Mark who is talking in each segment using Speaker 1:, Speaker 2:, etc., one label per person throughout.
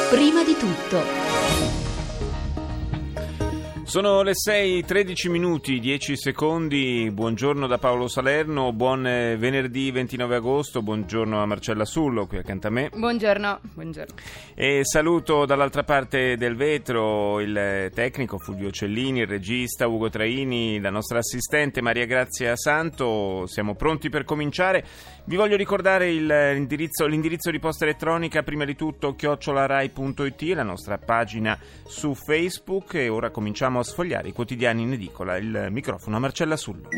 Speaker 1: Prima di tutto.
Speaker 2: Sono le 6:13 minuti, 10 secondi. Buongiorno da Paolo Salerno, buon venerdì 29 agosto, buongiorno a Marcella Sullo qui accanto a me.
Speaker 3: Buongiorno.
Speaker 2: E saluto dall'altra parte del vetro il tecnico Fulvio Cellini, il regista Ugo Traini, la nostra assistente Maria Grazia Santo. Siamo pronti per cominciare. Vi voglio ricordare l'indirizzo di posta elettronica, prima di tutto @rai.it, la nostra pagina su Facebook, e ora cominciamo a sfogliare i quotidiani in edicola. Il microfono a Marcella Sullo.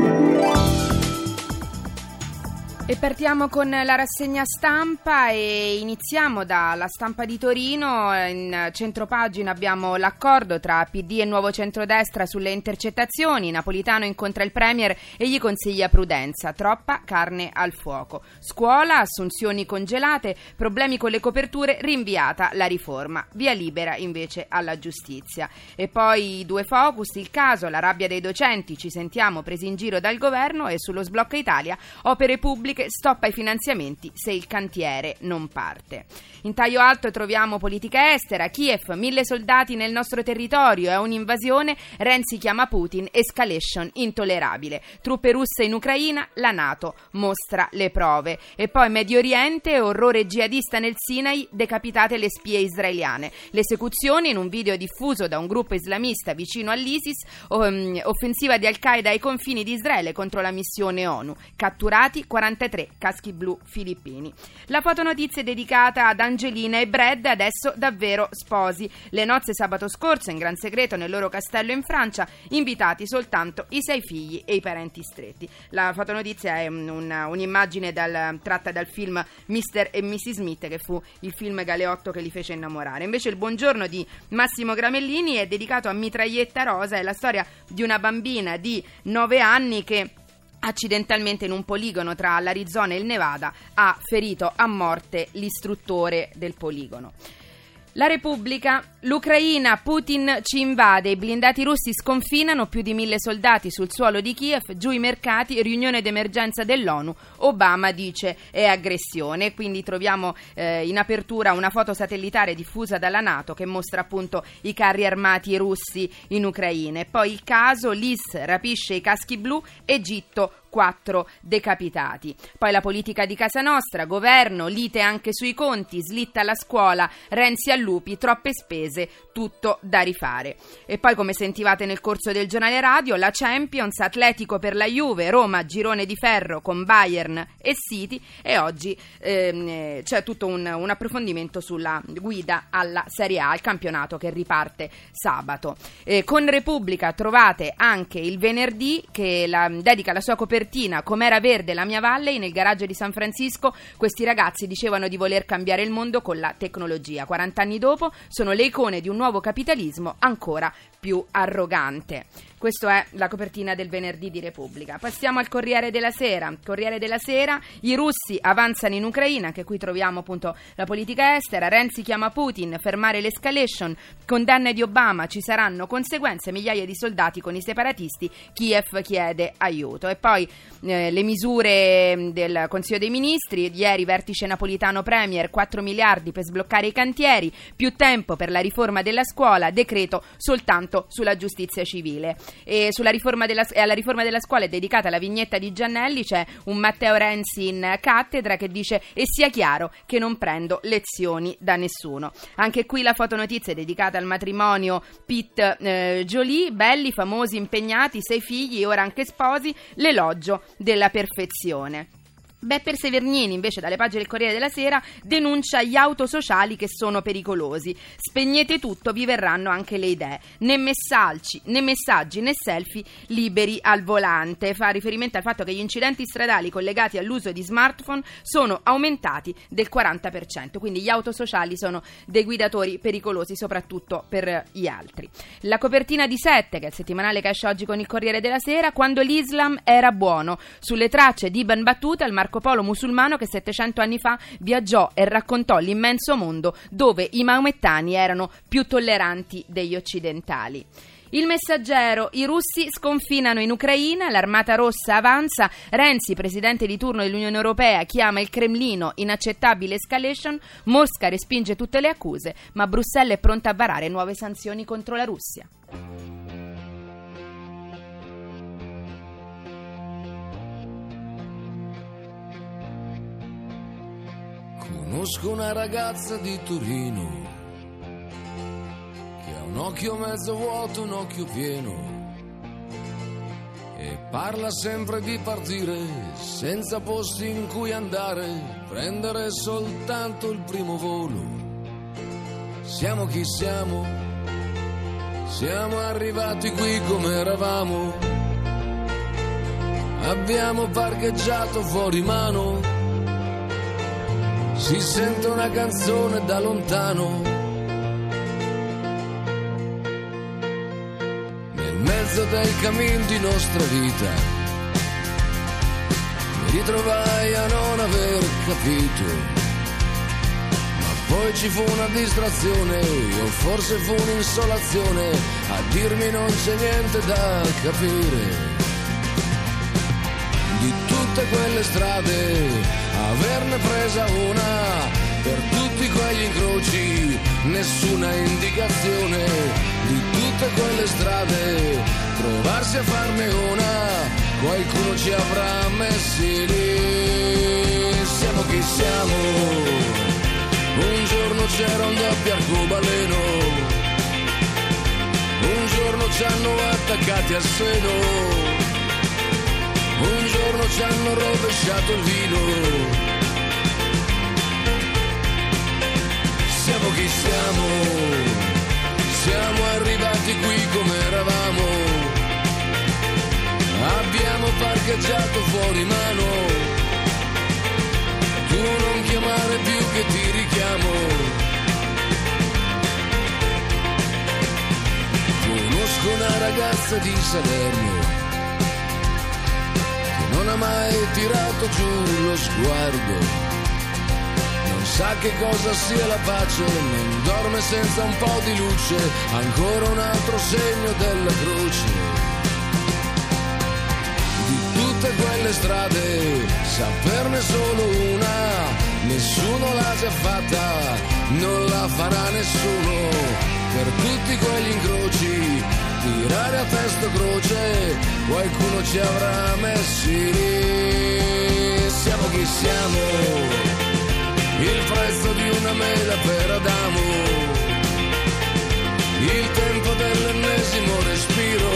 Speaker 3: E partiamo con la rassegna stampa e iniziamo dalla Stampa di Torino. In centropagina abbiamo l'accordo tra PD e Nuovo Centrodestra sulle intercettazioni. Napolitano incontra il Premier e gli consiglia prudenza, troppa carne al fuoco. Scuola, assunzioni congelate, problemi con le coperture, rinviata la riforma. Via libera invece alla giustizia. E poi due focus, il caso, la rabbia dei docenti, ci sentiamo presi in giro dal governo, e sullo sblocca Italia, opere pubbliche, stop ai finanziamenti se il cantiere non parte. In taglio alto troviamo politica estera, Kiev, 1000 soldati nel nostro territorio, è un'invasione, Renzi chiama Putin, escalation intollerabile. Truppe russe in Ucraina, la NATO mostra le prove. E poi Medio Oriente, orrore jihadista nel Sinai, decapitate le spie israeliane. L'esecuzione in un video diffuso da un gruppo islamista vicino all'ISIS, offensiva di Al-Qaeda ai confini di Israele contro la missione ONU. Catturati 43 caschi blu filippini. La fotonotizia è dedicata ad Angelina e Brad, adesso davvero sposi. Le nozze sabato scorso in gran segreto nel loro castello in Francia, invitati soltanto i 6 figli e i parenti stretti. La fotonotizia è un'immagine tratta dal film Mr. e Mrs. Smith, che fu il film Galeotto che li fece innamorare. Invece il buongiorno di Massimo Gramellini è dedicato a Mitraglietta Rosa, è la storia di una bambina di 9 anni che accidentalmente in un poligono tra l'Arizona e il Nevada ha ferito a morte l'istruttore del poligono. La Repubblica, l'Ucraina, Putin ci invade, i blindati russi sconfinano, più di 1000 soldati sul suolo di Kiev, giù i mercati, riunione d'emergenza dell'ONU, Obama dice è aggressione. Quindi troviamo in apertura una foto satellitare diffusa dalla NATO che mostra appunto i carri armati russi in Ucraina. E poi il caso, l'IS rapisce i caschi blu, Egitto 4 decapitati. Poi la politica di casa nostra, governo, lite anche sui conti, slitta la scuola, Renzi a Lupi, troppe spese, tutto da rifare. E poi, come sentivate nel corso del giornale radio, la Champions, Atletico per la Juve, Roma, girone di ferro con Bayern e City, e oggi c'è tutto un approfondimento sulla guida alla Serie A, il campionato che riparte sabato. Con Repubblica trovate anche il venerdì che dedica la sua copertina Com'era verde la mia valle. Nel garage di San Francisco questi ragazzi dicevano di voler cambiare il mondo con la tecnologia. 40 anni dopo sono le icone di un nuovo capitalismo ancora più arrogante. Questa è la copertina del venerdì di Repubblica. Passiamo al Corriere della Sera. Corriere della Sera, i russi avanzano in Ucraina, anche qui troviamo appunto la politica estera. Renzi chiama Putin, fermare l'escalation, condanne di Obama, ci saranno conseguenze, migliaia di soldati con i separatisti, Kiev chiede aiuto. E poi le misure del Consiglio dei Ministri, ieri vertice napolitano Premier, 4 miliardi per sbloccare i cantieri, più tempo per la riforma della scuola, decreto soltanto sulla giustizia civile. E alla riforma della scuola è dedicata la vignetta di Giannelli. C'è un Matteo Renzi in cattedra che dice: e sia chiaro che non prendo lezioni da nessuno. Anche qui la fotonotizia è dedicata al matrimonio Pitt-Jolie, belli, famosi, impegnati, 6 figli, ora anche sposi, l'elogio della perfezione. Beppe Severnini invece dalle pagine del Corriere della Sera denuncia gli autosociali che sono pericolosi. Spegnete tutto, vi verranno anche le idee. Né messaggi né selfie liberi al volante. Fa riferimento al fatto che gli incidenti stradali collegati all'uso di smartphone sono aumentati del 40%, quindi gli autosociali sono dei guidatori pericolosi soprattutto per gli altri. La copertina di 7, che è il settimanale che esce oggi con il Corriere della Sera, quando l'Islam era buono, sulle tracce di Ibn Battuta, il Marco Polo musulmano che 700 anni fa viaggiò e raccontò l'immenso mondo dove i maomettani erano più tolleranti degli occidentali. Il Messaggero, i russi sconfinano in Ucraina, l'Armata Rossa avanza, Renzi, presidente di turno dell'Unione Europea, chiama il Cremlino inaccettabile escalation, Mosca respinge tutte le accuse, ma Bruxelles è pronta a varare nuove sanzioni contro la Russia.
Speaker 1: Conosco una ragazza di Torino che ha un occhio mezzo vuoto, un occhio pieno e parla sempre di partire senza posti in cui andare, prendere soltanto il primo volo. Siamo chi siamo, siamo arrivati qui come eravamo, abbiamo parcheggiato fuori mano. Si sente una canzone da lontano, nel mezzo del cammin di nostra vita. Mi ritrovai a non aver capito, ma poi ci fu una distrazione, o forse fu un'insolazione, a dirmi non c'è niente da capire. Di tutte quelle strade averne presa una, per tutti quegli incroci nessuna indicazione. Di tutte quelle strade trovarsi a farne una, qualcuno ci avrà messi lì. Siamo chi siamo, un giorno c'era un doppio arcobaleno, un giorno ci hanno attaccati al seno, un giorno ci hanno rovesciato il vino. Siamo chi siamo, siamo arrivati qui come eravamo, abbiamo parcheggiato fuori mano. Tu non chiamare più che ti richiamo. Conosco una ragazza di Salerno, non ha mai tirato giù lo sguardo, non sa che cosa sia la pace, non dorme senza un po' di luce, ancora un altro segno della croce. Di tutte quelle strade saperne solo una, nessuno l'ha già fatta, non la farà nessuno. Per tutti quegli incroci tirare a testa croce, qualcuno ci avrà messi lì. Siamo chi siamo, il prezzo di una mela per Adamo, il tempo dell'ennesimo respiro,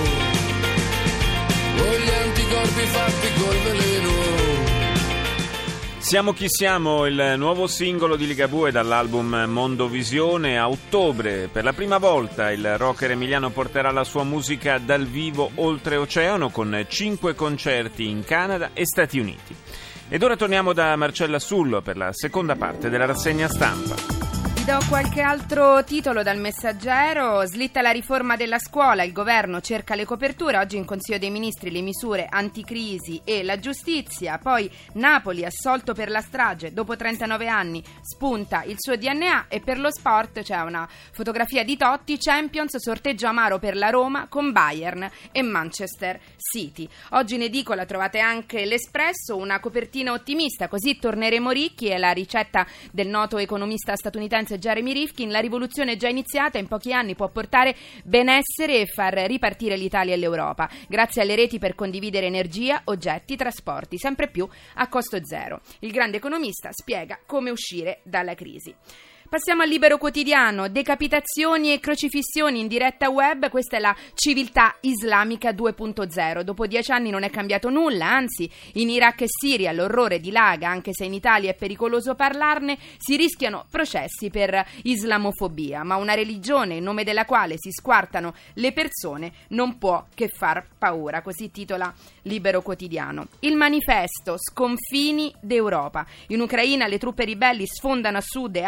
Speaker 1: o gli anticorpi fatti col veleno.
Speaker 2: Siamo chi siamo, il nuovo singolo di Ligabue dall'album Mondovisione. A ottobre, per la prima volta, il rocker emiliano porterà la sua musica dal vivo oltreoceano con 5 concerti in Canada e Stati Uniti. Ed ora torniamo da Marcella Sullo per la seconda parte della rassegna stampa.
Speaker 3: Do qualche altro titolo dal Messaggero. Slitta la riforma della scuola, il governo cerca le coperture, oggi in Consiglio dei Ministri le misure anticrisi e la giustizia. Poi Napoli assolto per la strage, dopo 39 anni spunta il suo DNA. E per lo sport c'è una fotografia di Totti, Champions, sorteggio amaro per la Roma con Bayern e Manchester City. Oggi in edicola trovate anche l'Espresso, una copertina ottimista, così torneremo ricchi, è la ricetta del noto economista statunitense Jeremy Rifkin. La rivoluzione è già iniziata, in pochi anni può portare benessere e far ripartire l'Italia e l'Europa, grazie alle reti per condividere energia, oggetti, trasporti, sempre più a costo zero. Il grande economista spiega come uscire dalla crisi. Passiamo al Libero Quotidiano. Decapitazioni e crocifissioni in diretta web, questa è la civiltà islamica 2.0. Dopo 10 anni non è cambiato nulla, anzi in Iraq e Siria l'orrore dilaga, anche se in Italia è pericoloso parlarne, si rischiano processi per islamofobia, ma una religione in nome della quale si squartano le persone non può che far paura, così titola Libero Quotidiano. Il Manifesto, sconfini d'Europa. In Ucraina le truppe ribelli sfondano a sud e aprono un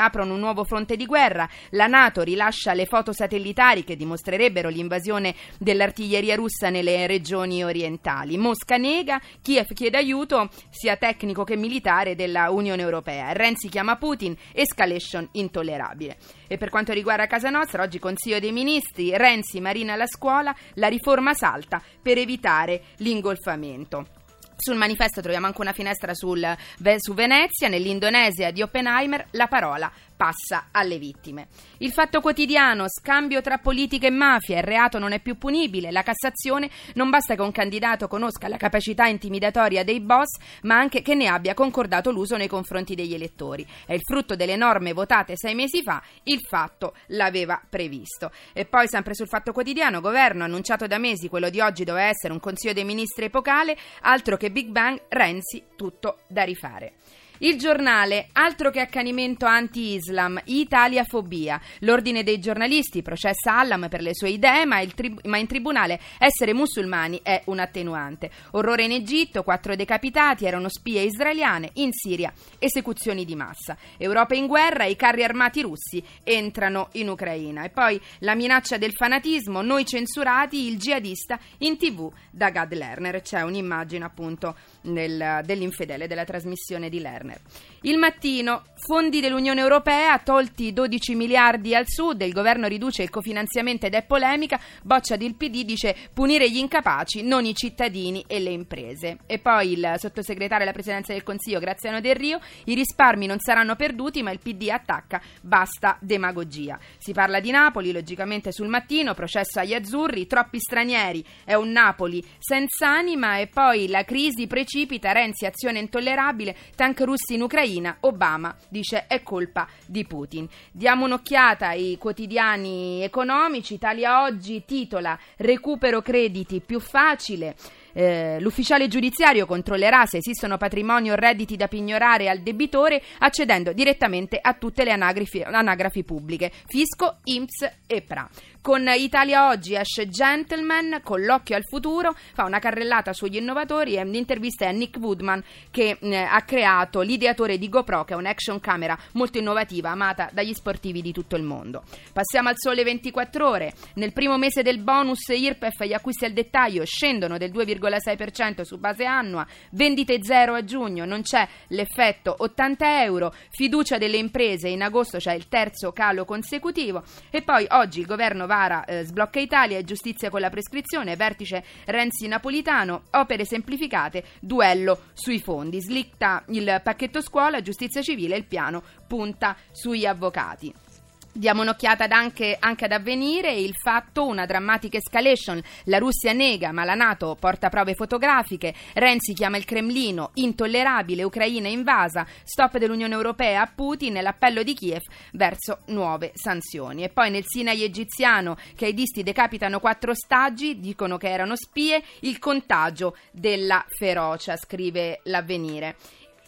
Speaker 3: nuovo fronte di guerra, la NATO rilascia le foto satellitari che dimostrerebbero l'invasione dell'artiglieria russa nelle regioni orientali. Mosca nega, Kiev chiede aiuto sia tecnico che militare della Unione Europea. Renzi chiama Putin, escalation intollerabile. E per quanto riguarda Casa Nostra, oggi Consiglio dei Ministri, Renzi, Marina alla scuola, la riforma salta per evitare l'ingolfamento. Sul manifesto troviamo anche una finestra su Venezia, nell'Indonesia di Oppenheimer, la parola passa alle vittime. Il Fatto Quotidiano, scambio tra politica e mafia, il reato non è più punibile, la Cassazione non basta che un candidato conosca la capacità intimidatoria dei boss, ma anche che ne abbia concordato l'uso nei confronti degli elettori. È il frutto delle norme votate 6 mesi fa, il Fatto l'aveva previsto. E poi sempre sul Fatto Quotidiano, governo annunciato da mesi, quello di oggi doveva essere un Consiglio dei Ministri epocale, altro che Big Bang, Renzi tutto da rifare. Il Giornale, altro che accanimento anti-Islam, Italiafobia. L'ordine dei giornalisti processa Hallam per le sue idee, ma in tribunale essere musulmani è un attenuante. Orrore in Egitto, 4 decapitati, erano spie israeliane, in Siria esecuzioni di massa. Europa in guerra, i carri armati russi entrano in Ucraina. E poi la minaccia del fanatismo, noi censurati, il jihadista in TV da Gad Lerner. C'è un'immagine appunto dell'infedele della trasmissione di Lerner. Il Mattino, fondi dell'Unione Europea, tolti 12 miliardi al Sud, il governo riduce il cofinanziamento ed è polemica, boccia del PD dice punire gli incapaci, non i cittadini e le imprese. E poi il sottosegretario alla Presidenza del Consiglio Graziano Del Rio, i risparmi non saranno perduti ma il PD attacca, basta demagogia. Si parla di Napoli, logicamente sul Mattino, processo agli azzurri, troppi stranieri, è un Napoli senza anima. E poi la crisi precipita, Renzi azione intollerabile, tank russi in Ucraina, Obama dice è colpa di Putin. Diamo un'occhiata ai quotidiani economici. Italia Oggi titola recupero crediti più facile. L'ufficiale giudiziario controllerà se esistono patrimoni o redditi da pignorare al debitore accedendo direttamente a tutte le anagrafi pubbliche, Fisco, INPS e PRA. Con Italia Oggi esce Gentleman, con l'occhio al futuro, fa una carrellata sugli innovatori e un'intervista a Nick Woodman che ha creato l'ideatore di GoPro, che è un'action camera molto innovativa, amata dagli sportivi di tutto il mondo. Passiamo al Sole 24 Ore. Nel primo mese del bonus IRPEF gli acquisti al dettaglio scendono del 2,6% su base annua, vendite zero a giugno, non c'è l'effetto 80 euro, fiducia delle imprese, in agosto c'è il terzo calo consecutivo. E poi oggi il governo vara sblocca Italia e giustizia con la prescrizione, vertice Renzi-Napolitano, opere semplificate, duello sui fondi, slitta il pacchetto scuola, giustizia civile, il piano punta sugli avvocati. Diamo un'occhiata anche ad Avvenire. Il Fatto, una drammatica escalation, la Russia nega ma la NATO porta prove fotografiche, Renzi chiama il Cremlino intollerabile, Ucraina invasa, stop dell'Unione Europea a Putin e l'appello di Kiev verso nuove sanzioni. E poi nel Sinai egiziano, che ai disti decapitano 4 ostaggi, dicono che erano spie, il contagio della ferocia, scrive l'Avvenire.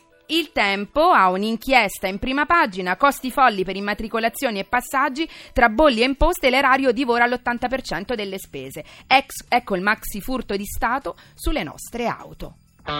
Speaker 3: Il Tempo ha un'inchiesta in prima pagina, costi folli per immatricolazioni e passaggi, tra bolli e imposte l'erario divora l'80% delle spese. Ecco il maxi furto di Stato sulle nostre auto.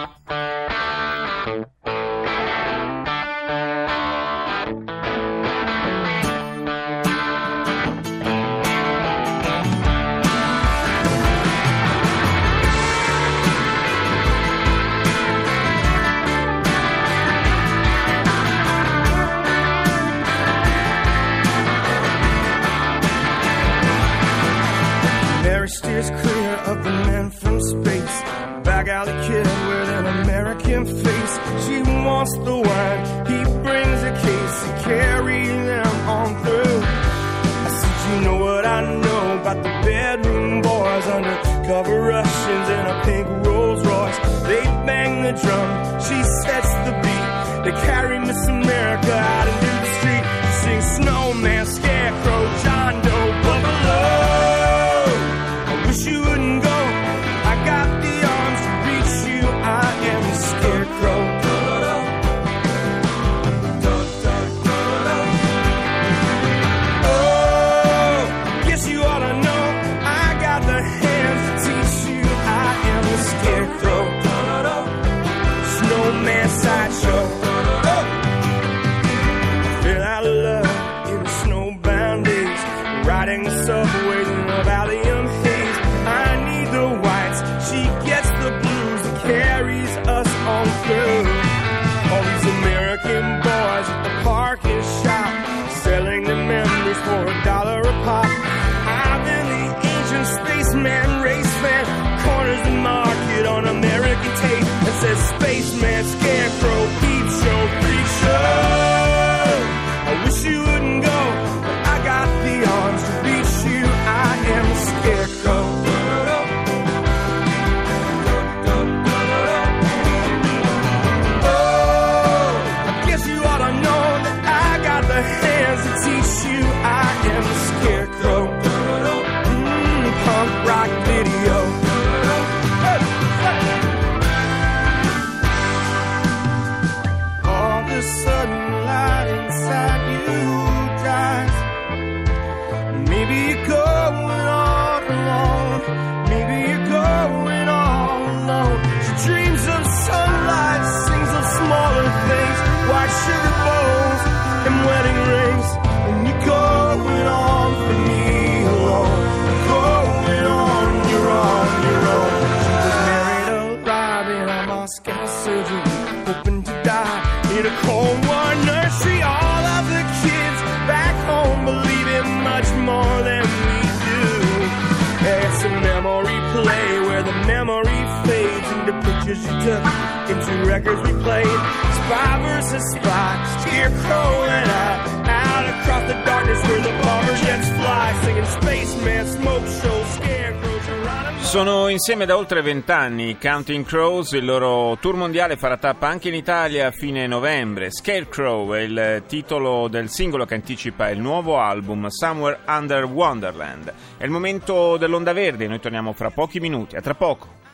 Speaker 4: Steers clear of the man from space, back alley kid with an American face. She wants the wine, he brings a case, he carries them on through. I said, you know what I know about the bedroom boys, undercover Russians in a pink Rolls Royce. They bang the drum, she sets the beat. They carry Miss America out into the street. She sings Snowman, Scarecrow, John Doe, Buffalo. Wish you wouldn't go, I got the arms to reach you, I am the Scarecrow. Oh, guess you ought to know, I got the hands to teach you, I am the Scarecrow. Snowman sideshow. carries us on through. All these American boys at the parking shop, selling their memories for $1 a pop. I've been the ancient spaceman, race fan, corners the market on American tape and says spaceman, scarecrow, peep show, freak show. I wish you wouldn't go, but I got the arms to reach you. I am a scarecrow. Oh, I guess you ought to know that I got the hands to teach you. I am a scarecrow. Punk rock video. All of a sudden, light inside you dies. Maybe you're going all alone. Maybe you're going all alone. She dreams of sunlight, sings of smaller things, white sugar bowls and wedding rings. And you're going on for me alone. You're going on your own, your own. She was married alive in a Moscow surgery, hoping to die in a Cold War nursery. All of the kids back home believe in much more than we do. It's a memory play where the memory fades into pictures you took, into records we played. Spy versus spy, scarecrow and I, out across the darkness where the bomber jets fly, singing spaceman, smoke show, scarecrow, Geronimo.
Speaker 2: Sono insieme da oltre 20 anni, Counting Crows, il loro tour mondiale farà tappa anche in Italia a fine novembre. Scarecrow è il titolo del singolo che anticipa il nuovo album Somewhere Under Wonderland. È il momento dell'Onda Verde, noi torniamo fra pochi minuti, a tra poco.